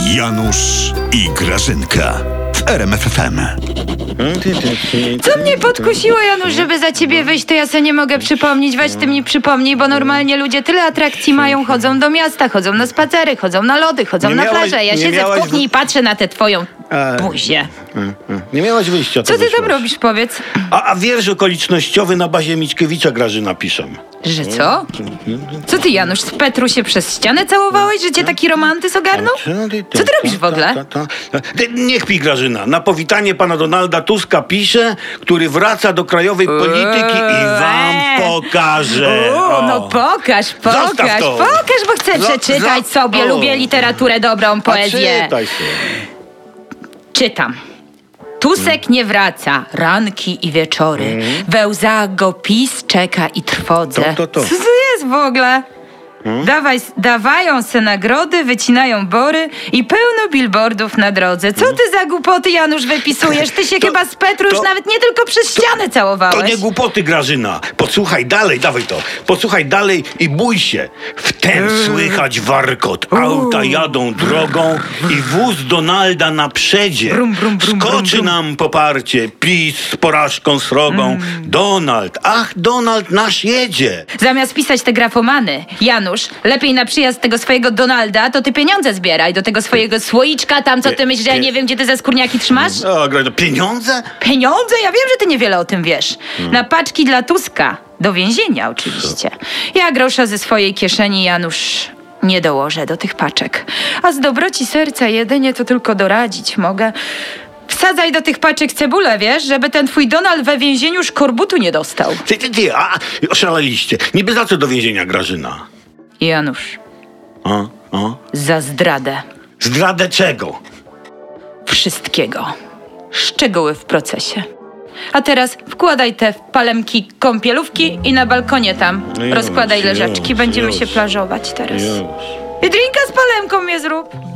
Janusz i Grażynka w RMF FM. Co mnie podkusiło, Janusz, żeby za ciebie wyjść, to ja sobie nie mogę przypomnieć. Weź ty mi przypomnij, bo normalnie ludzie tyle atrakcji mają, chodzą do miasta, chodzą na spacery, chodzą na lody, chodzą na plażę. Ja siedzę w kuchni i patrzę na tę twoją buzię. Nie miałaś wyjścia. Co ty tam robisz, powiedz? A wiersz okolicznościowy na bazie Mickiewicza Grażyna piszę. Że co? Co ty, Janusz, z Petru się przez ścianę całowałeś, że cię taki romantyz ogarnął? Co ty robisz w ogóle? Niech pi Grażyna. Na powitanie pana Donalda Tuska pisze, który wraca do krajowej polityki i wam pokaże. No pokaż, bo chcę przeczytać sobie. Lubię literaturę dobrą, poezję. Czytaj sobie. Czytam. Tusek nie wraca, ranki i wieczory. We łzach go PiS czeka i trwodze. To. Co to jest w ogóle? Dawają se nagrody, wycinają bory i pełno billboardów na drodze. Co ty za głupoty, Janusz, wypisujesz? Ty się chyba z Petru już nawet nie tylko przez ścianę całowałeś. To nie głupoty, Grażyna. Posłuchaj dalej, dawaj to. Posłuchaj dalej i bój się. Wtem słychać warkot. Auta jadą drogą i wóz Donalda na przedzie. Skoczy nam poparcie. PiS z porażką srogą. Donald, ach, Donald nasz jedzie. Zamiast pisać te grafomany, Janusz, lepiej na przyjazd tego swojego Donalda, to ty pieniądze zbieraj do tego swojego słoiczka tam, co ty myślisz, że ja nie wiem, gdzie ty ze skórniaki trzymasz? Pieniądze? Pieniądze? Ja wiem, że ty niewiele o tym wiesz. Na paczki dla Tuska. Do więzienia oczywiście. Ja grosza ze swojej kieszeni, Janusz, nie dołożę do tych paczek. A z dobroci serca jedynie to tylko doradzić mogę. Wsadzaj do tych paczek cebulę, wiesz, żeby ten twój Donald we więzieniu szkorbutu nie dostał. Ty, oszaleliście. Niby za co do więzienia, Grażyna? Janusz, za zdradę. Zdradę czego? Wszystkiego. Szczegóły w procesie. A teraz wkładaj te palemki kąpielówki i na balkonie tam rozkładaj leżaczki. Będziemy się plażować teraz. I drinka z palemką mnie zrób.